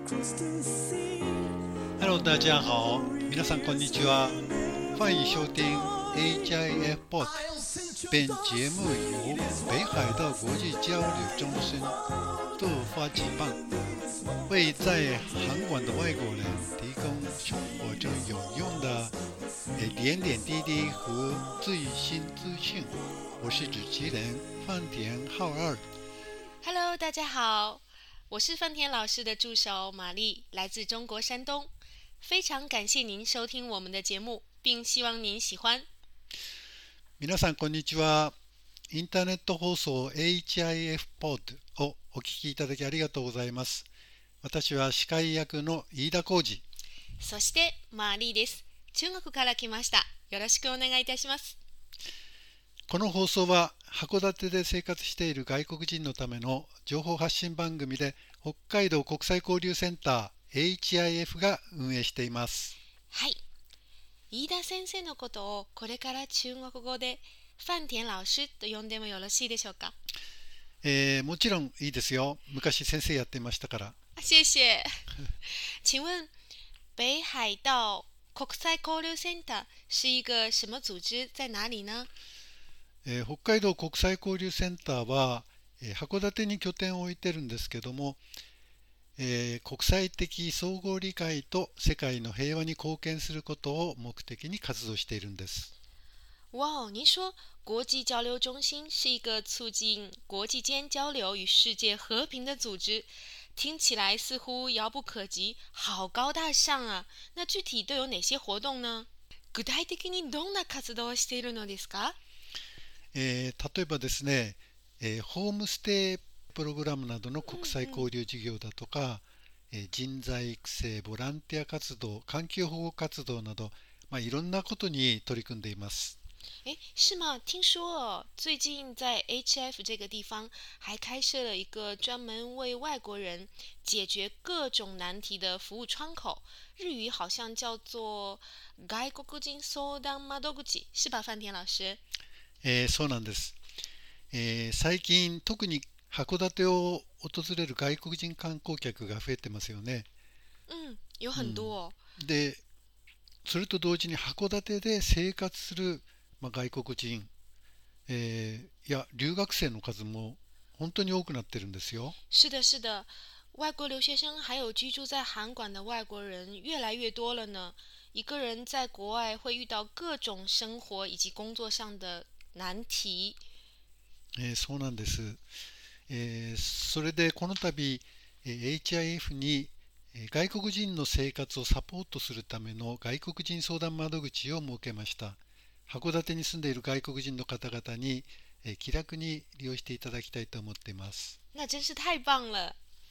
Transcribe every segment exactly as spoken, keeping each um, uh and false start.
Hello， 大家好，皆さんこんにちは，欢迎收听 H I F Pod。本节目由北海道国际交流中心特发举办，为在韩馆的外国人提供生活中有用的点点滴滴和最新资讯。我是主持人范田浩二。 Hello， 大家好，我是范田老师的助手玛丽，来自中国山东。非常感谢您收听我们的节目，并希望您喜欢。 皆さんこんにちは。インターネット放送 エイチアイエフ ポッドをお聞きいただきありがとうございます。私は司会役の飯田浩二。 そしてマーリーです。中国から来ました。よろしくお願いいたします。 この放送は函館で生活している外国人のための情報発信番組で、北海道国際交流センター エイチアイエフ が運営しています。 はい。飯田先生のことをこれから中国語で范田老師と呼んでもよろしいでしょうか？ えー、もちろんいいですよ。昔先生やってましたから。 谢谢。请问北海道国際交流センター是一个什么组织，在哪里呢？ えー、北海道国際交流センターは、えー、函館に拠点を置いてるんですけども、えー、国際的相互理解と世界の平和に貢献することを目的に活動しているんです。 哇，您说国际交流中心是一个促进国际间交流与世界和平的组织，听起来似乎遥不可及，好高大上啊！那具体都有哪些活动呢？具体的にどんな活動をしているのですか？ えー、例えばですね、えー、ホームステイプログラムなどの国際交流事業だとか、うんうん、えー、人材育成、ボランティア活動、環境保護活動など、まあ、いろんなことに取り組んでいます。 诶，是吗？听说哦，最近在 H F 这个地方还开设了一个专门为外国人解决各种难题的服务窗口，日语好像叫做外国人相談窓口，是吧，范田老师？ えー、そうなんです、えー、最近特に函館を訪れる外国人観光客が増えてますよね。 うん、有很多、哦うん、で、それと同時に函館で生活する、まあ、外国人、えー、いや留学生の数も本当に多くなってるんですよ。 是的，是的，外国留学生还有居住在函馆的外国人越来越多了呢。一个人在国外会遇到各种生活以及工作上的難題、 えー、そうなんです、えー、それでこの度、えー、エイチアイエフ に、えー、外国人の生活をサポートするための外国人相談窓口を設けました。函館に住んでいる外国人の方々に、えー、気楽に利用していただきたいと思っています。 那真是太棒了。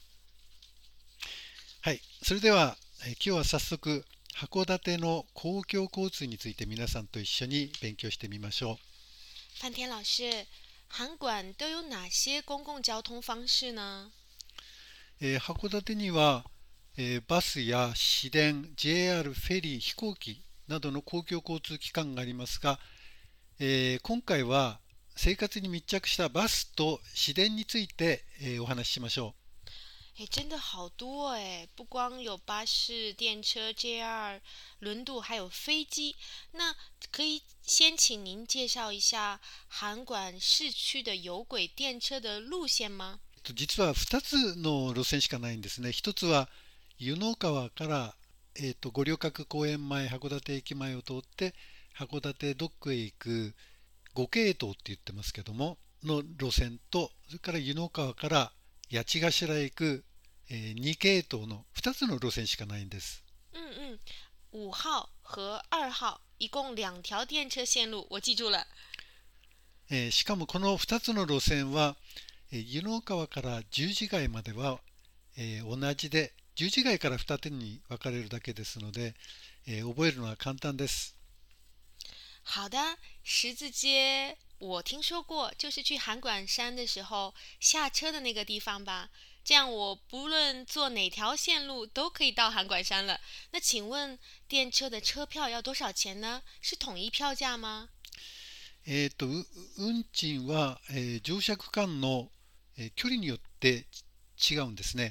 はい、それでは、えー、今日は早速函館の公共交通について皆さんと一緒に勉強してみましょう。 范田老师，函館都有哪些公共交通方式呢？ えー、函館には、えー、バスや市電、ジェイアール、フェリー、飛行機などの公共交通機関がありますが、えー、今回は生活に密着したバスと市電について、えー、お話ししましょう。 诶，真的好多诶，不光有巴士、电车、J R、轮渡，还有飞機。那可以先请您介绍一下函館市区的有轨電車的路線吗？ 実はふたつの路線しかないんですね。一つは湯の川から、えー、と五稜郭公園前、函館駅前を通って函館ドックへ行く五系統って言ってますけどもの路線と、それから湯の川から八千頭へ行く、えー、二系統のふたつの路線しかないんです。 嗯嗯，五号和二号一共两条電車線路，我記住了。 えー、しかもこのふたつの路線は、えー、湯の川から十字街までは、えー、同じで、十字街から二手に分かれるだけですので、えー、覚えるのは簡単です。 好的，十字街我听说过，就是去函館山的时候下车的那个地方吧。这样我不论坐哪条线路都可以到函館山了。那请问電車的車票要多少錢呢？是統一票價嗎？ えーと、運賃は、えー乗車区間の、えー距離によって違うんですね。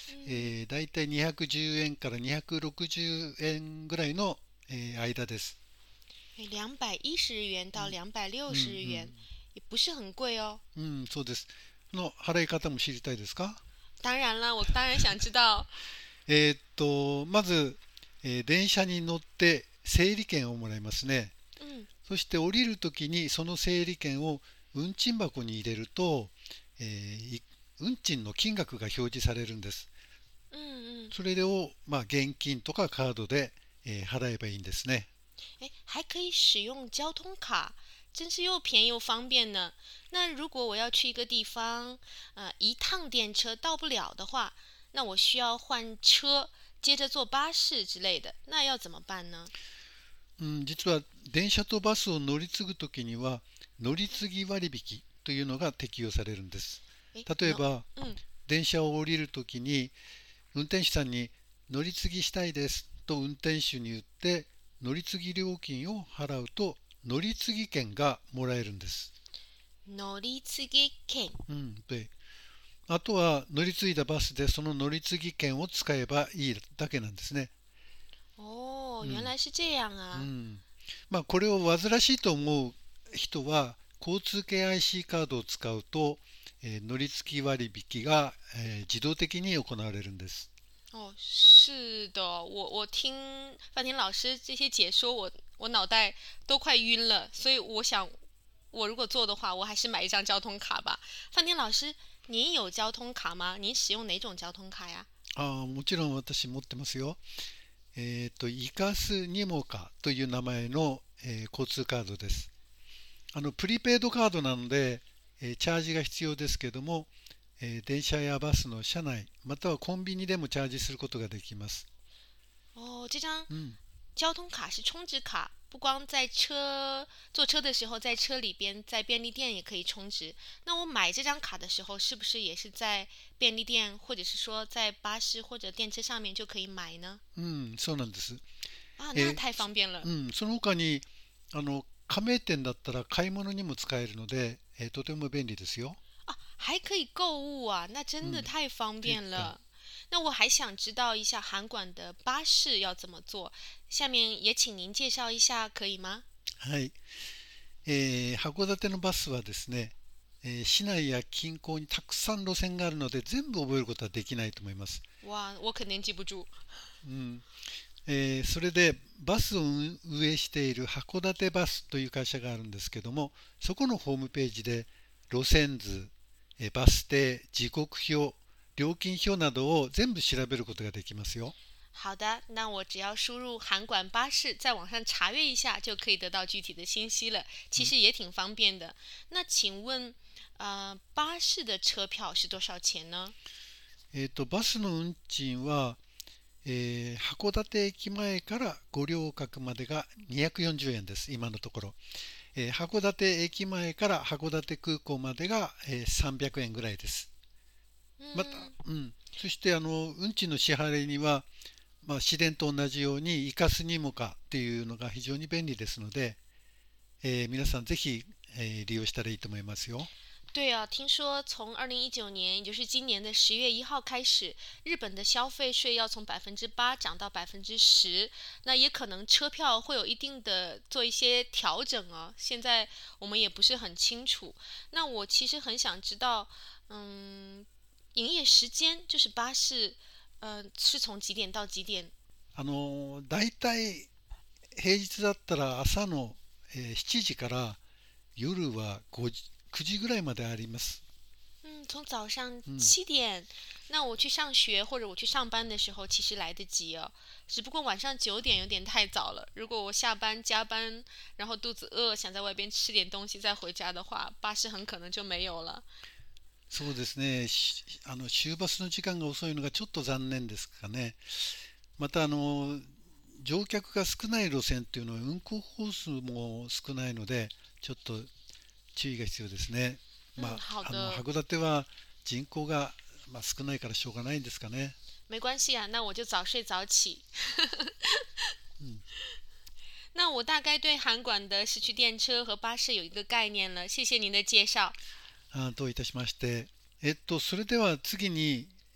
えー、だいたいにひゃくじゅうえんからにひゃくろくじゅうえんぐらいの、えー、間です。 两百一十日元到两百六十日元、 うん也不是很贵哦。 うん、うん、そうです。の払い方も知りたいですか？ 当然了，我当然想知道。 えーっと、まず、えー電車に乗って整理券をもらいますね。 うん、 そして降りるときにその整理券を運賃箱に入れると、えー運賃の金額が表示されるんです。 うんうん。 それを、まあ、現金とかカードで、えー払えばいいんですね。 哎，还可以使用交通卡，真是又便宜又方便呢。那如果我要去一个地方，呃，一趟电车到不了的话，那我需要换车，接着坐巴士之类的，那要怎么办呢？ うん、実は電車とバスを乗り継ぐときには乗り継ぎ割引というのが適用されるんです。 诶， 例えば嗯， 電車を降りるときに運転手さんに乗り継ぎしたいですと運転手に言って乗り継ぎ料金を払うと乗り継ぎ券がもらえるんです。 乗り継ぎ券。 うん、であとは乗り継いだバスでその乗り継ぎ券を使えばいいだけなんですね。 哦， うん原来是这样う啊。 ん、まあこれを煩わしいと思う人は交通系 アイシー カードを使うと、えー乗り継ぎ割引が、えー自動的に行われるんです。 哦，是的，我我听范婷老师这些解说，我我脑袋都快晕了，所以我想，我如果做的话，我还是买一张交通卡吧。范婷老师，您有交通卡吗？您使用哪种交通卡呀？ ああ、もちろん私持ってますよ。えっと、イカスニモカという名前の、えー交通カードです。あのプリペイドカードなので、えーチャージが必要ですけども、えー電車やバスの車内またはコンビニでもチャージすることができます。 哦，这张うん、 交通卡是充值卡，不光在车坐车的时候，在车里边，在便利店也可以充值。那我买这张卡的时候，是不是也是在便利店，或者是说在巴士或者電車上面就可以买呢？ うん、そうなんです。 啊， えー那太方便了。 うん、その他にあの加盟店だったら買い物にも使えるので、えーとても便利ですよ。 啊，还可以购物啊，那真的嗯太方便对的了。那我还想知道一下韩馆的巴士要怎么做，下面也请您介绍一下，可以吗？ はい、えー函館のバスはですね、えー市内や近郊にたくさん路線があるので全部覚えることはできないと思います。 哇，我肯定记不住。 うんえーそれでバスを運営している函館バスという会社があるんですけども、そこのホームページで路線図、えーバス停、時刻表、料金表などを全部調べることができますよ。 好的，那我只要输入韩馆巴士，在网上查阅一下，就可以得到具体的信息了。其实也挺方便的。那请问，呃，巴士的车票是多少钱呢？ えーと、バスの運賃は、えー函館駅前から五稜郭までがにひゃくよんじゅうえんです、今のところ。えー函館駅前から函館空港までが、えーさんびゃくえんぐらいです。また、うん、そしてあの運賃の支払いには、まあ、市電と同じようにイカスニモカっていうのが非常に便利ですので、えー皆さんぜひ、えー利用したらいいと思いますよ。 对啊，听说从二零一九年，也就是今年的十月一号开始，日本的消费税要从百分之八涨到百分之十，那也可能车票会有一定的做一些调整啊。现在我们也不是很清楚。那我其实很想知道，嗯，营业时间就是巴士，呃，是从几点到几点？ あのだいたい平日だったら朝の、えーしちじから夜はごじくじぐらいまであります。 嗯，从早上うん七点，那我去上学或者我去上班的时候，其实来得及哦。只不过晚上九点有点太早了。如果我下班加班，然后肚子饿，想在外边吃点东西再回家的话，巴士很可能就没有了。 そうですね、しあの終バスの時間が遅いのがちょっと残念ですかね。またあの乗客が少ない路線っていうのは運行本数も少ないのでちょっと注意が必要ですね。ま嗯，好あ、あの的， 函館は人口が、まあ、少ないからしょうがないんですかね。 没关系啊，那我就早睡早起。 うん那我大概对韩馆的市区电车和巴士有一个概念了，谢谢您的介绍。 あどういたしまして。えっと、それでは次に、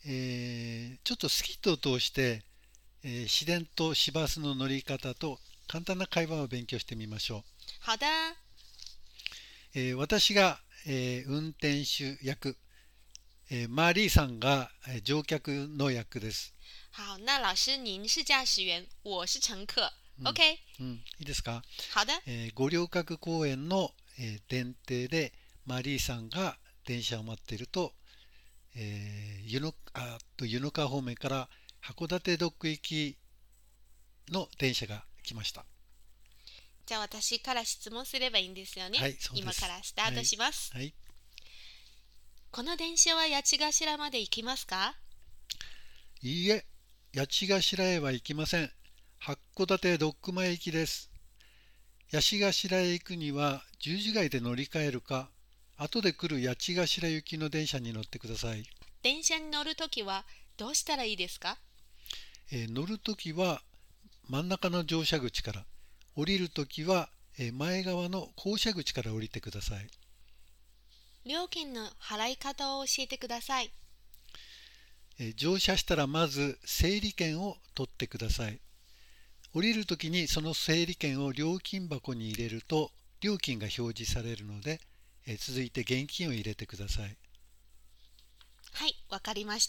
えー、ちょっとスキットを通して、えー、市電と市バスの乗り方と簡単な会話を勉強してみましょう。 好的。 えー、私が、えー、運転手役、えー、マリーさんが、えー、乗客の役です。 好，那老师您是驾驶员，我是乘客。 うん、 OK。 うん、いいですか。 好的。 えー、五稜郭公園の、えー、電停でマリーさんが電車を待っていると、えー、湯のあと湯の川方面から函館ドック行きの電車が来ました。 じゃあ私から質問すればいいんですよね。 はい、そうです。 今からスタートします。 はいはい、 この電車は八ヶ頭まで行きますか？ いいえ、八ヶ頭へは行きません。函館ドック前行きです。八ヶ頭へ行くには十字街で乗り換えるか、後で来る八ヶ頭行きの電車に乗ってください。 電車に乗るときはどうしたらいいですか？ えー、乗るときは真ん中の乗車口から、降りるときは前側の降車口から降りてください。 料金の払い方を教えてください。 え乗車したらまず整理券を取ってください。降りるときにその整理券を料金箱に入れると料金が表示されるので、え続いて現金を入れてください。 はい、わかりました。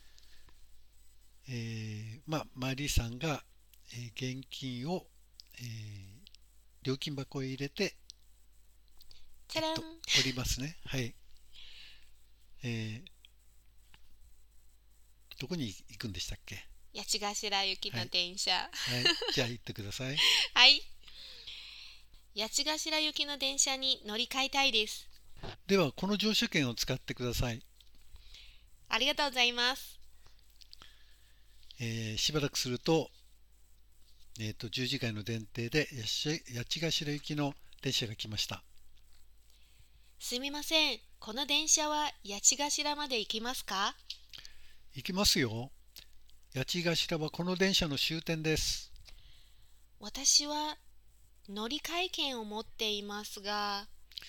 えー、まあマリーさんが、えー、現金を、えー、料金箱へ入れて、 チャラン、 えっと、降りますね。はい。えー、どこに行くんでしたっけ？ 八ヶ頭行きの電車。 はい、はい、じゃあ行ってください。 はい。八ヶ頭行きの電車に乗り換えたいです。 ではこの乗車券を使ってください。 ありがとうございます。 えー、しばらくすると、えーと、十字街の電停で八ヶ頭行きの電車が来ました。 すみません、この電車は八ヶ頭まで行きますか？ 行きますよ。八ヶ頭はこの電車の終点です。 私は乗り換え券を持っていますが。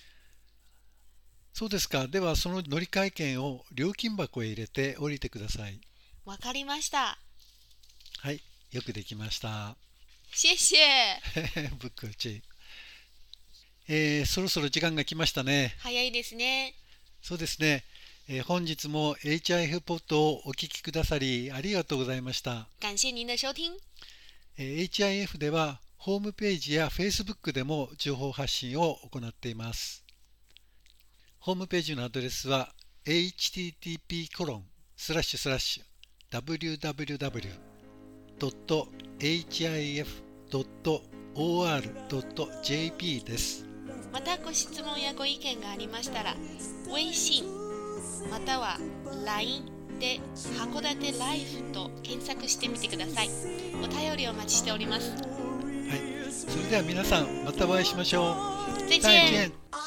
そうですか。ではその乗り換え券を料金箱へ入れて降りてください。 わかりました。 はい、よくできました。 谢谢。 ブックチ、えー、そろそろ時間が来ましたね。 早いですね。 そうですね。えー、本日も エイチアイエフ ポッドをお聞きくださりありがとうございました。 感謝您的收聽。 えー、エイチアイエフ ではホームページや Facebook でも情報発信を行っています。ホームページのアドレスは エイチティーティーピーコロンスラッシュスラッシュダブリューダブリューダブリュードットエイチアイエフドットオーアールドットジェーピー です。 またご質問やご意見がありましたら、微信または ライン で函館ライフと検索してみてください。お便りをお待ちしております。 はい、それでは皆さんまたお会いしましょう。 再见。